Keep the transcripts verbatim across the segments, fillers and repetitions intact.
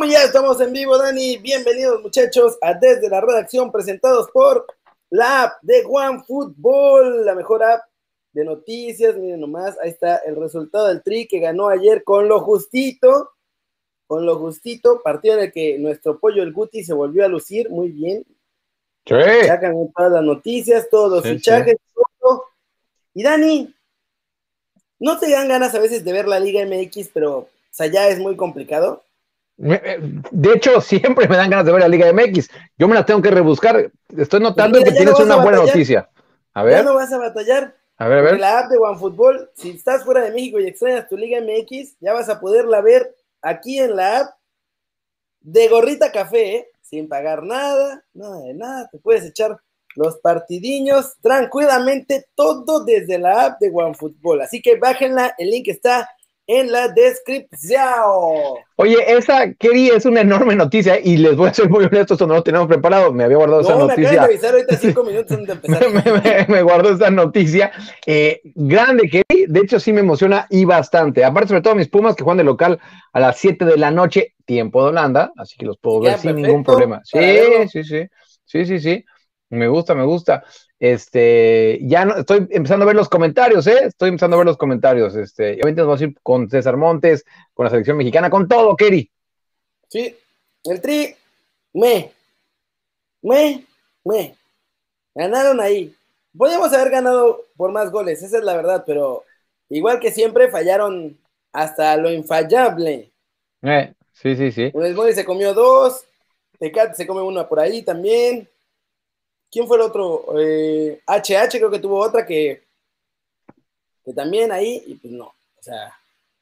Como ya estamos en vivo, Dani, bienvenidos muchachos a Desde la Redacción, presentados por la app de OneFootball, la mejor app de noticias. Miren nomás, ahí está el resultado del Tri que ganó ayer con lo justito, con lo justito, partido en el que nuestro pollo el Guti se volvió a lucir muy bien. Sí. Sacan todas las noticias, todos los Sí, fichajes, sí. todo. Y Dani, ¿no te dan ganas a veces de ver la Liga M X, pero o sea, ya es muy complicado? De hecho, siempre me dan ganas de ver la Liga M X. Yo me la tengo que rebuscar. Estoy Pues notando mira, que ya no tienes vas a una buena batallar, noticia. A ya ver, no vas a batallar, a ver, a porque ver. la app de OneFootball, si estás fuera de México y extrañas tu Liga M X, ya vas a poderla ver aquí en la app de Gorrita Café, ¿eh? Sin pagar nada, nada de nada, te puedes echar los partidiños tranquilamente, todo desde la app de OneFootball. Así que bájenla, el link está en la descripción. Oye, esa, Kerry, es una enorme noticia y les voy a ser muy honestos, esto no lo tenemos preparado. Me había guardado esa No, me acaban de noticia. avisar ahorita cinco minutos antes de empezar. me, me, me guardo esta noticia. Eh, grande, Kerry. De hecho, sí me emociona y bastante. Aparte, sobre todo mis Pumas que juegan de local a las siete de la noche, tiempo de Holanda, así que los puedo ver Queda sin ningún perfecto problema. para Sí, verlo. sí, sí. Sí, sí, sí. Me gusta, me gusta. Este, ya no, estoy empezando a ver los comentarios, ¿eh? Estoy empezando a ver los comentarios. Este, y ahorita vamos a ir con César Montes, con la selección mexicana, con todo, Kerry. Sí, el Tri, me, me, me. Ganaron ahí. Podríamos haber ganado por más goles, esa es la verdad, pero igual que siempre fallaron hasta lo infallable. Eh, sí, sí, sí. Funes Mori se comió dos, Tecate se come una por ahí también. ¿Quién fue el otro? Eh, H H creo que tuvo otra que, que también ahí, y pues no, o sea,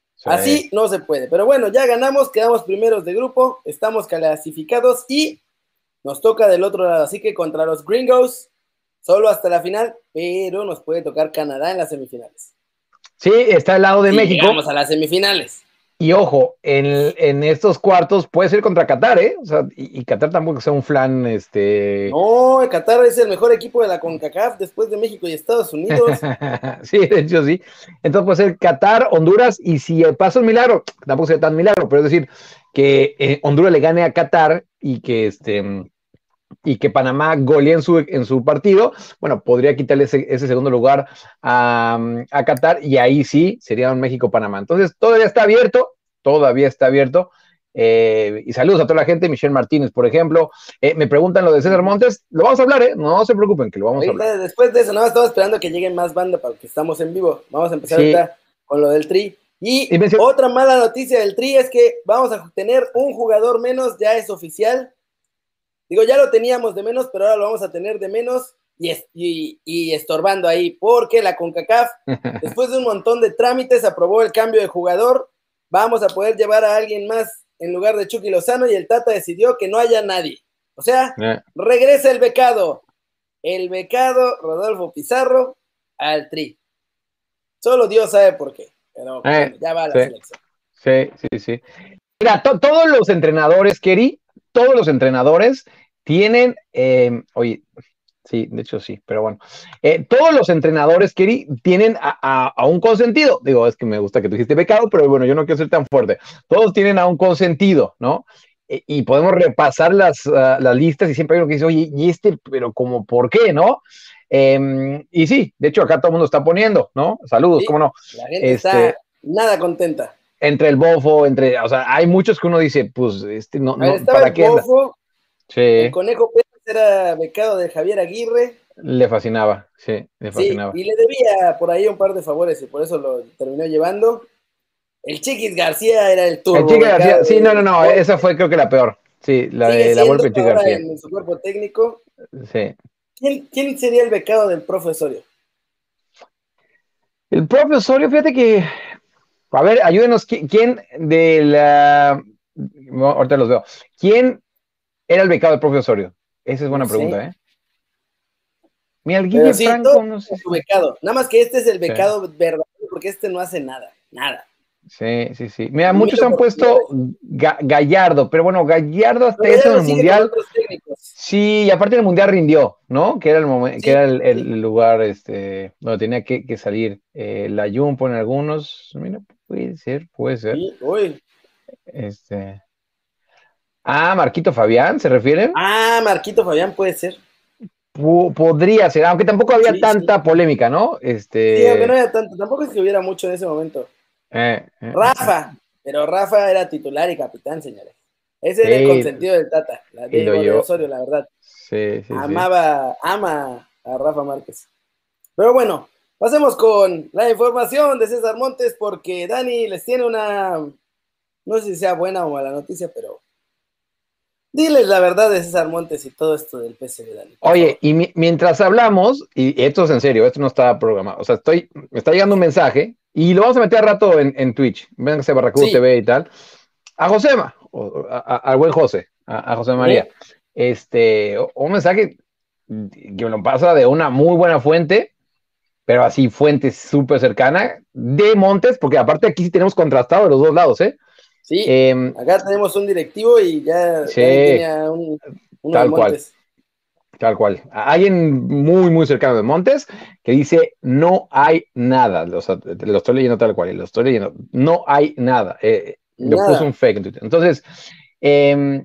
Sí. así no se puede. Pero bueno, ya ganamos, quedamos primeros de grupo, estamos clasificados y nos toca del otro lado, así que contra los Gringos, solo hasta la final, pero nos puede tocar Canadá en las semifinales. Sí, está al lado de Si México. llegamos a las semifinales. Y ojo, en, en estos cuartos puede ser contra Qatar, ¿eh? O sea, y, y Qatar tampoco sea un flan, este. No, Qatar es el mejor equipo de la CONCACAF después de México y Estados Unidos. Sí, de hecho sí. Entonces puede ser Qatar, Honduras, y si pasa un milagro, tampoco sería tan milagro, pero es decir, que eh, Honduras le gane a Qatar y que este y que Panamá golee en su, en su partido, bueno, podría quitarle ese, ese segundo lugar a, a Qatar y ahí sí sería un México-Panamá. Entonces, todavía está abierto, todavía está abierto. Eh, y saludos a toda la gente, Michelle Martínez, por ejemplo. Eh, me preguntan lo de César Montes, lo vamos a hablar, ¿eh? No se preocupen, que lo vamos a hablar. Ahorita, después de eso, nada más estamos esperando que lleguen más banda para que estamos en vivo. Vamos a empezar Sí, ahorita con lo del Tri. Y y mencio- otra mala noticia del Tri es que vamos a tener un jugador menos, ya es oficial. Digo, ya lo teníamos de menos, pero ahora lo vamos a tener de menos y, y, y estorbando ahí, porque la CONCACAF, después de un montón de trámites, aprobó el cambio de jugador. Vamos a poder llevar a alguien más en lugar de Chucky Lozano y el Tata decidió que no haya nadie. O sea, eh, regresa el becado. El becado Rodolfo Pizarro al Tri. Solo Dios sabe por qué, pero eh, bueno, ya va a la sí, selección. sí, sí, sí. Mira, to- todos los entrenadores, Kerry, todos los entrenadores tienen, eh, oye, sí, de hecho sí, pero bueno. Eh, todos los entrenadores, Kerry, tienen a, a, a, un consentido. Digo, es que me gusta que tú dijiste becado, pero bueno, yo no quiero ser tan fuerte. Todos tienen a un consentido, ¿no? E, y podemos repasar las, uh, las listas y siempre hay uno que dice, oye, ¿y este? Pero como, ¿por qué, no? Eh, y sí, de hecho acá todo el mundo está poniendo, ¿no? Saludos, Sí, ¿cómo no? la gente está Este, nada contenta. entre el bofo, entre, o sea, hay muchos que uno dice, pues, este, no, A ver, no, estaba ¿para el qué anda? Bofo, el Sí, Conejo Pérez era becado de Javier Aguirre. le fascinaba, sí, le Sí, fascinaba. y le debía por ahí un par de favores y por eso lo terminó llevando. El Chiquis García era el El turbo Chica becado García, sí, no, no, de no, esa Volpe. fue creo que la peor. Sí, la Sigue de la siendo Volpe Chica ahora García. en su cuerpo técnico. Sí. ¿Quién, quién sería el becado del profesorio? El propio Osorio, fíjate que, a ver, ayúdenos, ¿qui- ¿quién de la, no, ahorita los veo, ¿quién era el becado del propio Osorio? Esa es No buena sé. pregunta, ¿eh? Mira, el Pero Guille sí, todo Franco, no sé su si. becado. Nada más que este es el Sí, becado verdadero porque este no hace nada. Nada. sí, sí, sí. Mira, muchos Miro han por puesto jugadores. Ga- Gallardo, pero bueno, Gallardo hasta Pero ya eso en lo el sigue con Mundial. otros técnicos. Sí, y aparte en el Mundial rindió, ¿no? Que era el momento, que Sí, era el, sí. el lugar este, donde tenía que, que salir eh, la Jumpo en algunos. Mira, puede ser, puede ser. Sí, uy. Este, Ah, Marquito Fabián, ¿se refieren? Ah, Marquito Fabián puede ser. P podría ser, aunque tampoco había Sí, sí. tanta polémica, ¿no? Sí, aunque no Este. haya tanto, tampoco es que hubiera mucho en ese momento. Eh, eh, eh, eh. Rafa, pero Rafa era titular y capitán, señores. Ese era el Sí, consentido del Tata, la, y lo digo, de yo. Osorio, la verdad. Sí, sí, sí. Amaba, ama a Rafa Márquez. Pero bueno, pasemos con la información de César Montes, porque Dani les tiene una, no sé si sea buena o mala noticia, pero diles la verdad de César Montes y todo esto del P S V, Dani, por Oye, favor. y mi mientras hablamos, y esto es en serio, esto no está programado, o sea, estoy, me está llegando un mensaje y lo vamos a meter a rato en, en Twitch, vénganse Barracudo Sí. T V y tal, a Josema, o, a, a, al buen José, a, a José María, Uh-huh. este, un mensaje que me lo pasa de una muy buena fuente, pero así fuente súper cercana, de Montes, porque aparte aquí sí tenemos contrastado de los dos lados, ¿eh? Sí, Eh, acá tenemos un directivo y ya Dani tiene sí, a un, uno de tal cual. Montes. Tal cual. Alguien muy, muy cercano de Montes que dice, no hay nada. O sea, lo estoy leyendo tal cual, lo estoy leyendo. No hay nada. Eh, lo puso un Nada. fake en Twitter. Entonces, eh,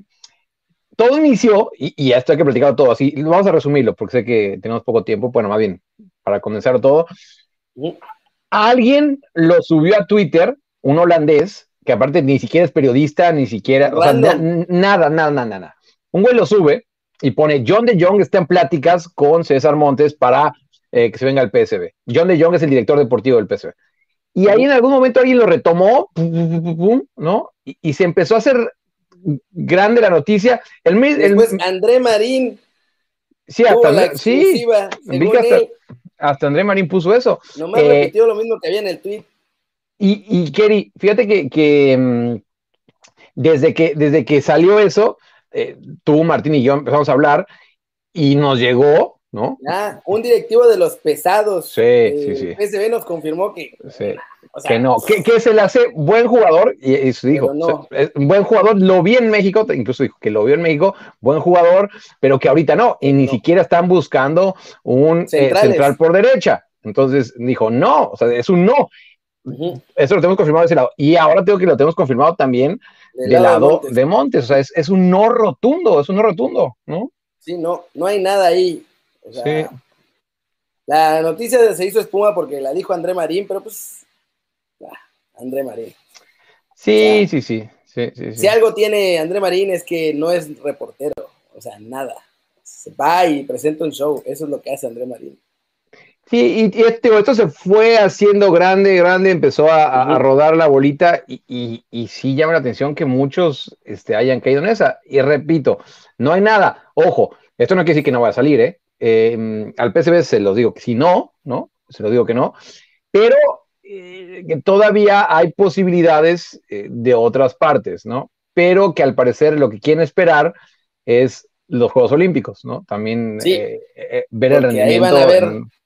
todo inició, y, y esto hay que platicarlo todo así, vamos a resumirlo porque sé que tenemos poco tiempo, bueno, más bien, para condensarlo todo. Uh-huh. Alguien lo subió a Twitter, un holandés, que aparte ni siquiera es periodista, ni siquiera, o sea, na Random. nada, nada, nada, nada. Un güey lo sube y pone, John de Jong está en pláticas con César Montes para eh, que se venga al P S V. John de Jong es el director deportivo del P S V. Y ahí Uh-huh. en algún momento alguien lo retomó, pum, pum, pum, pum, ¿no? Y, y, se empezó a hacer grande la noticia. El, Después el, André Marín sí, hasta tuvo la André, sí, exclusiva, vi que según hasta, él, hasta André Marín puso eso. nomás Eh, repitió lo mismo que había en el tweet. y, y Kerry, fíjate que, que mmm, desde que, desde que salió eso, eh, tú, Martín y yo empezamos a hablar y nos llegó, ¿no? Ya, un directivo de los pesados Sí, sí, del sí, P S V nos confirmó que, sí. o Que sea, no, que, que se le hace buen jugador, y, y se pero dijo, se, no. es un buen jugador, lo vi en México, incluso dijo que lo vio en México, buen jugador, pero que ahorita no, y Pero ni no. siquiera están buscando un eh, central Centrales. por derecha. Entonces dijo, no, o sea, es un no. Uh-huh. Eso lo tenemos confirmado de ese lado. Y ahora tengo que lo tenemos confirmado también Del del lado de lado Montes. de Montes. O sea, es, es un no rotundo, es un no rotundo, ¿no? Sí, no, no hay nada ahí. O Sí, sea, la noticia se hizo espuma porque la dijo André Marín, pero pues, ah, André Marín. O sí, sea, sí, sí, sí, sí, si sí. algo tiene André Marín es que no es reportero. O sea, nada. Se va y presenta un show. Eso es lo que hace André Marín. Sí, y, y este, esto se fue haciendo grande, grande, empezó a, a- a Uh-huh. rodar la bolita y, y, y sí llama la atención que muchos este, hayan caído en esa. Y repito, no hay nada. Ojo, esto no quiere decir que no va a salir, ¿eh? Eh, al P S V se los digo que si no, ¿no? Se los digo que no. Pero eh, que todavía hay posibilidades eh, de otras partes, ¿no? Pero que al parecer lo que quieren esperar es los Juegos Olímpicos, ¿no? También Sí, eh, eh, ver el porque ahí van a rendimiento ver. en...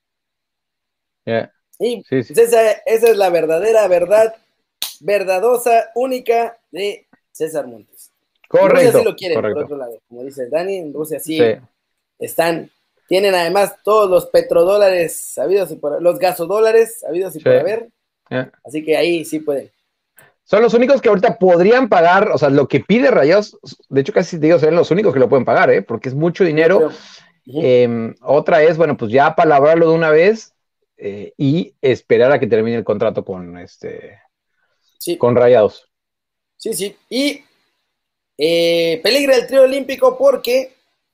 Yeah, Y sí, sí. pues esa, esa es la verdadera verdad, verdadosa, única de César Montes. Y Rusia sí Correcto, lo quiere, por correcto. otro lado. Como dice Dani, en Rusia Sí, sí están. Tienen además todos los petrodólares sabidos y por los gasodólares sabidos y sí. por haber. Yeah. Así que ahí sí pueden. Son los únicos que ahorita podrían pagar, o sea, lo que pide Rayados, de hecho casi te digo, son los únicos que lo pueden pagar, ¿eh? Porque es mucho Yo dinero. creo. Uh-huh. Eh, otra es, bueno, pues ya palabrarlo de una vez eh, y esperar a que termine el contrato con, este, Sí, con Rayados. sí, sí. Y eh, peligra el trío olímpico porque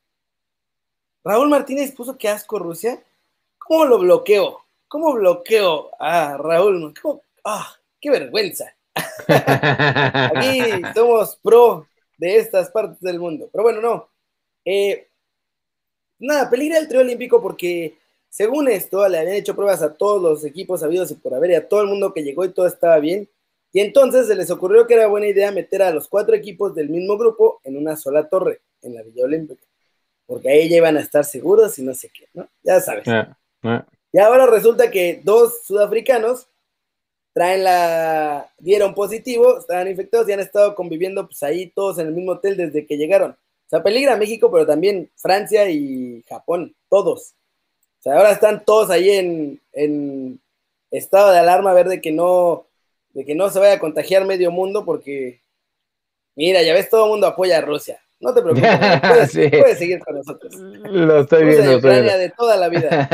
Raúl Martínez puso que asco Rusia. ¿Cómo lo bloqueo? ¿Cómo bloqueo a Raúl? ¿Cómo? ¡Ah! ¡Qué vergüenza! Aquí somos pro de estas partes del mundo. Pero bueno, no. Eh, nada, peligra el trío olímpico porque, según esto, le habían hecho pruebas a todos los equipos habidos y por haber y a todo el mundo que llegó y todo estaba bien. Y entonces se les ocurrió que era buena idea meter a los cuatro equipos del mismo grupo en una sola torre, en la Villa Olímpica. Porque ahí ya iban a estar seguros y no sé qué, ¿no? Ya sabes. Ah, ah. Y ahora resulta que dos sudafricanos traen la, dieron positivo, estaban infectados y han estado conviviendo pues ahí todos en el mismo hotel desde que llegaron. O sea, peligra México, pero también Francia y Japón, todos. O sea, ahora están todos ahí en, en estado de alarma a ver de que no, de que no se vaya a contagiar medio mundo porque Mira, ya ves, todo el mundo apoya a Rusia. No te preocupes, puedes, Sí. puedes seguir con nosotros. Lo estoy Rusia viendo, y lo estoy Ucrania viendo. de toda la vida.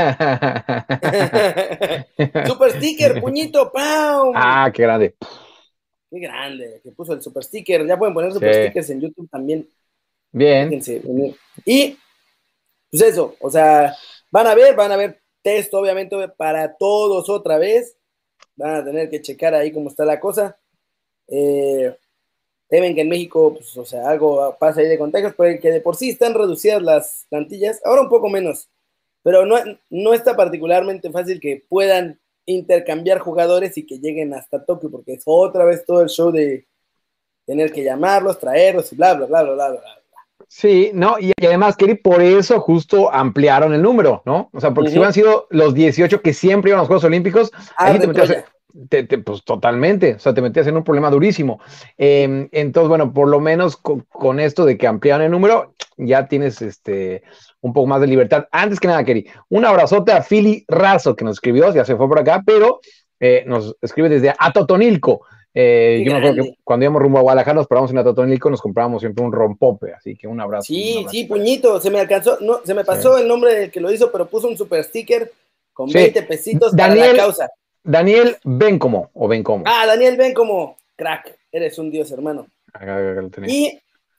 Super sticker, puñito, ¡pam! Ah, qué grande. Qué grande, que puso el super sticker. Ya pueden poner Sí, super stickers en YouTube también. bien. Déjense venir. Y, pues eso, o sea, van a ver, van a ver test, obviamente, para todos otra vez. Van a tener que checar ahí cómo está la cosa. Eh, temen que en México, pues, o sea, algo pasa ahí de contagios, porque de por sí están reducidas las plantillas, ahora un poco menos, pero no, no está particularmente fácil que puedan intercambiar jugadores y que lleguen hasta Tokio, porque es otra vez todo el show de tener que llamarlos, traerlos y bla, bla, bla, bla, bla, bla. Sí, no, y, y además, Kerry, por eso justo ampliaron el número, ¿no? O sea, porque si Uh-huh. hubieran sido los dieciocho que siempre iban a los Juegos Olímpicos, ahí te metías, te, te, pues totalmente, o sea, te metías en un problema durísimo. Eh, entonces, bueno, por lo menos con, con esto de que ampliaron el número, ya tienes este un poco más de libertad. Antes que nada, Kerry, un abrazote a Philly Razo, que nos escribió, ya se fue por acá, pero eh, nos escribe desde Atotonilco. Eh, yo me acuerdo que cuando íbamos rumbo a Guadalajara nos parábamos en Atotonilco, nos comprábamos siempre un rompope, así que un abrazo. Sí, un abrazo sí, puñito, se me alcanzó, no, se me pasó sí. el nombre del que lo hizo, pero puso un super sticker con sí. veinte pesitos Daniel, para la causa. Daniel Bencomo, o Bencomo. Ah, Daniel Bencomo, crack, eres un dios, hermano. Acá, acá lo tenía. Y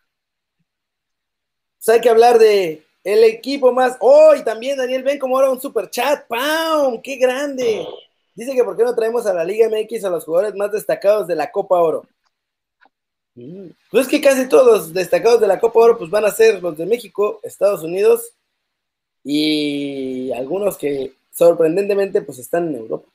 pues hay que hablar de el equipo más, oh, y también Daniel Bencomo ahora un super chat, ¡pam! ¡Qué grande! Dice que por qué no traemos a la Liga M X a los jugadores más destacados de la Copa Oro. Pues es que casi todos los destacados de la Copa Oro pues van a ser los de México, Estados Unidos y algunos que sorprendentemente pues están en Europa.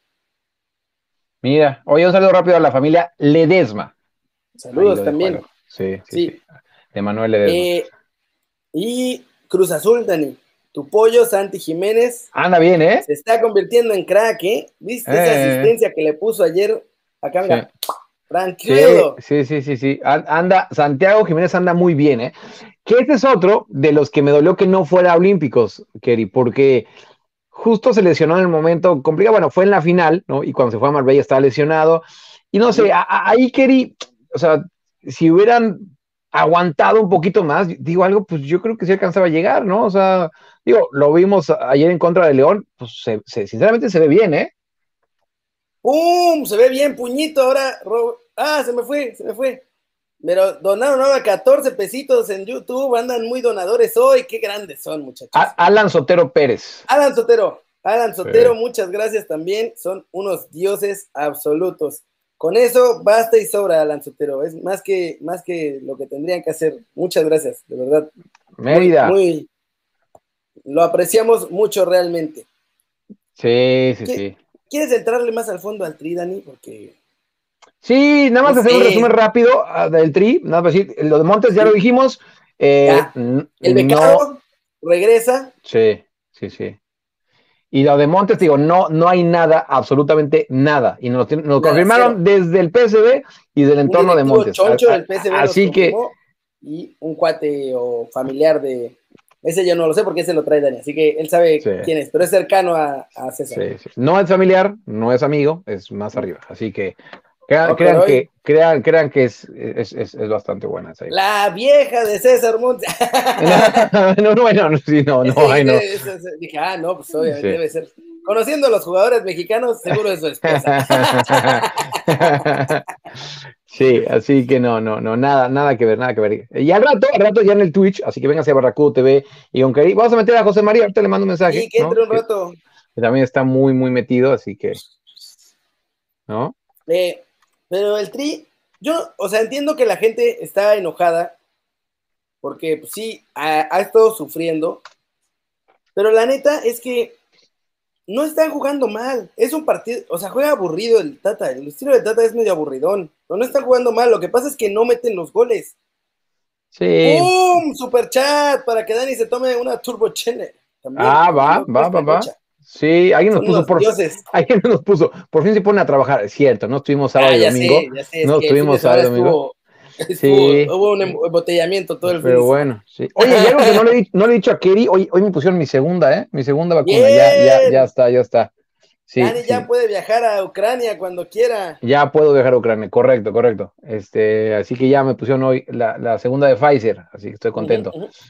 Mira, oye, un saludo rápido a la familia Ledesma. Saludos también. Sí, sí, sí, sí. De Manuel Ledesma. Eh, y Cruz Azul, Dani. Tu pollo, Santi Jiménez. Anda bien, ¿eh? Se está convirtiendo en crack, ¿eh? ¿Viste eh, esa asistencia que le puso ayer acá? Mira. Sí. Tranquilo. Sí, sí, sí, sí. Anda, Santiago Jiménez anda muy bien, ¿eh? Que este es otro de los que me dolió que no fuera a Olímpicos, Kerry, porque justo se lesionó en el momento complicado. Bueno, fue en la final, ¿no? Y cuando se fue a Marbella estaba lesionado. Y no sé, a, a, ahí, Kerry, o sea, si hubieran aguantado un poquito más, digo algo, pues yo creo que sí alcanzaba a llegar, ¿no? O sea, digo, lo vimos ayer en contra de León, pues se, se, sinceramente se ve bien, ¿eh? ¡Pum! Se ve bien, puñito. Ahora, ah, se me fue, se me fue. Pero donaron ahora catorce pesitos en YouTube. Andan muy donadores hoy. Qué grandes son, muchachos. A Alan Sotero Pérez. Alan Sotero. Alan Sotero, sí. Muchas gracias también. Son unos dioses absolutos. Con eso basta y sobra, Alan Sotero. Es más que, más que lo que tendrían que hacer. Muchas gracias, de verdad. Mérida. Muy, muy, lo apreciamos mucho realmente. Sí, sí, ¿Qué, sí. ¿Quieres entrarle más al fondo al Tri, Dani? Porque... Sí, nada más no hacer sé. un resumen rápido uh, del Tri. Nada más decir, lo de Montes sí. ya lo dijimos. Eh, ya. El becado no... regresa. Sí, sí, sí. Y lo de Montes, digo, no, no hay nada, absolutamente nada. Y nos, nos nada, confirmaron cero. Desde el P S B y del entorno de Montes. Choncho del P S B Así que. Y un cuate o familiar de. Ese yo no lo sé porque ese lo trae Dani, así que él sabe sí. quién es, pero es cercano a, a César. Sí, sí. No es familiar, no es amigo, es más arriba. Así que crean, okay, crean, que, crean, crean que es, es, es, es bastante buena esa. La vieja de César Montes. no, no, bueno, no, sí, no, no, sí, ay, no. Eso, eso, dije, ah, no, pues obviamente sí. Debe ser. Conociendo a los jugadores mexicanos, seguro es su esposa. Sí, así que no, no, no, nada, nada que ver, nada que ver. Y al rato, al rato ya en el Twitch, así que véngase a Barracudo T V y con Kerry. Vamos a meter a José María, ahorita le mando un mensaje. Sí, que entre ¿no? un rato. Que, que también está muy, muy metido, así que, ¿no? Eh, pero el Tri, yo, o sea, entiendo que la gente está enojada, porque pues, sí, ha, ha estado sufriendo, pero la neta es que no están jugando mal, es un partido, o sea, juega aburrido el Tata, el estilo de Tata es medio aburridón, pero no están jugando mal, lo que pasa es que no meten los goles. Sí. ¡Pum! Super chat para que Dani se tome una turbo chene. También, ah, va, va, va, va. Sí, alguien nos Son puso por dioses. Alguien nos puso, por fin se ponen a trabajar, es cierto, no estuvimos sábado ah, y domingo. Sé, ya sé, no estuvimos sábado y domingo. Estuvo, sí. Hubo un embotellamiento todo el Pero bueno, sí. Oye, y algo que no le, no le he dicho a Kerry, hoy, hoy me pusieron mi segunda, ¿eh? Mi segunda vacuna, ya, ya, ya está, ya está. Sí, Dani ya sí. puede viajar a Ucrania cuando quiera. Ya puedo viajar a Ucrania, correcto, correcto. Este, así que ya me pusieron hoy la, la segunda de Pfizer, así que estoy Ujú, contento. ujú.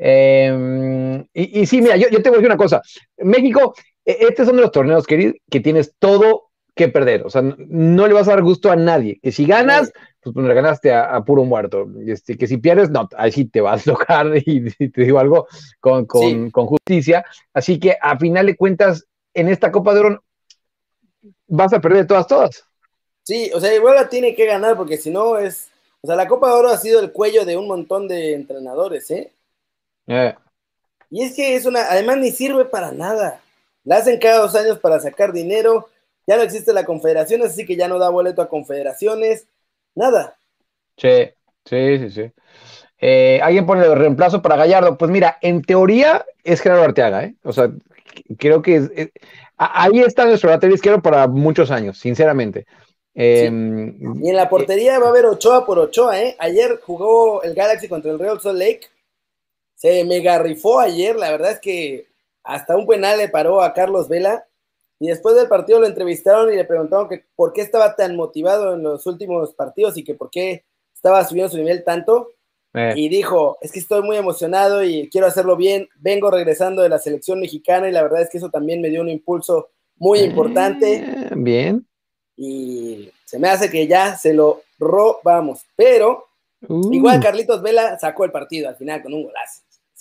Eh, y, y sí, mira, yo, yo te voy a decir una cosa. México, e- este son de los torneos que, que tienes todo que perder. O sea, no, no le vas a dar gusto a nadie. Que si ganas, Nadie. pues, pues le ganaste a, a puro muerto. Y Este, que si pierdes, no, ahí sí te vas a tocar y, y te digo algo con, Sí, con, con justicia. Así que a final de cuentas, en esta Copa de Oro vas a perder todas, todas. sí, o sea, igual la tiene que ganar porque si no es, o sea, la Copa de Oro ha sido el cuello de un montón de entrenadores, ¿eh? Eh, Y es que es una, además ni sirve para nada. La hacen cada dos años para sacar dinero, ya no existe la confederación, así que ya no da boleto a confederaciones, nada. sí, sí, sí, sí. Eh, alguien pone el reemplazo para Gallardo. Pues mira, en teoría es Gerardo Arteaga, ¿eh? O sea, creo que es, es- ahí está nuestro lateral izquierdo para muchos años, sinceramente. Eh, Sí. Y en la eh, portería va a haber Ochoa por Ochoa, ¿eh? Ayer jugó el Galaxy contra el Real Salt Lake, se mega rifó ayer, la verdad es que hasta un penal le paró a Carlos Vela. Y después del partido lo entrevistaron y le preguntaron que por qué estaba tan motivado en los últimos partidos y que por qué estaba subiendo su nivel tanto. eh, Y dijo, es que estoy muy emocionado y quiero hacerlo bien, vengo regresando de la selección mexicana y la verdad es que eso también me dio un impulso muy importante eh, bien. y se me hace que ya se lo robamos. Pero igual Uh, Carlitos Vela sacó el partido al final con un golazo.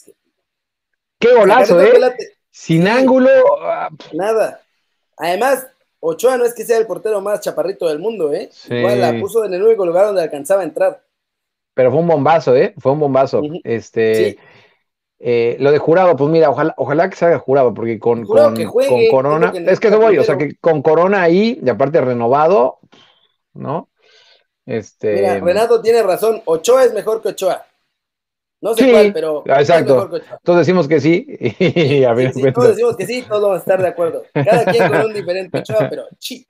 qué O sea, golazo, Carlitos ¿eh? Vela, te- Sin sí, ángulo. ah, nada. Además, Ochoa no es que sea el portero más chaparrito del mundo, ¿eh? Igual la sí, puso en el único lugar donde alcanzaba a entrar. pero fue un bombazo, ¿eh? Fue un bombazo. Ujú. Este, Sí, eh, lo de jurado, pues mira, ojalá, ojalá que se haga jurado, porque con, jurado que con, con juegue, es lo Corona, que es que necesita eso voy, o sea, primero. que con Corona ahí, y aparte renovado, ¿no? Mira, Este, Renato tiene razón, Ochoa es mejor que Ochoa. No sé cuál, sí, pero es mejor exacto. que Ochoa. Todos decimos que sí, y Sí, a fin sí, de sí, todos cuentas. decimos que sí, todos vamos a estar de acuerdo. Cada quien con un diferente Ochoa, pero sí.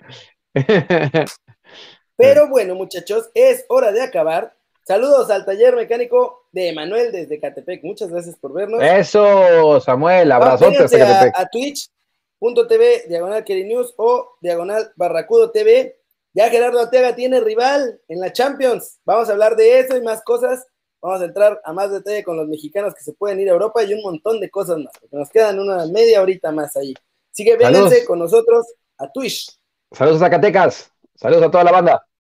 Pero bueno, muchachos, es hora de acabar. Saludos al taller mecánico de Emanuel desde Catepec. Muchas gracias por vernos. Eso, Samuel, Ah, abrazote hasta vénganse a, Catepec. a twitch.tv, diagonal Keri News o diagonal Barracudo T V. Ya Gerardo Arteaga tiene rival en la Champions. Vamos a hablar de eso y más cosas. Vamos a entrar a más detalle con los mexicanos que se pueden ir a Europa y un montón de cosas más, porque nos quedan una media horita más ahí. Así que vénganse Saludos, con nosotros a Twitch. saludos a Zacatecas, saludos a toda la banda.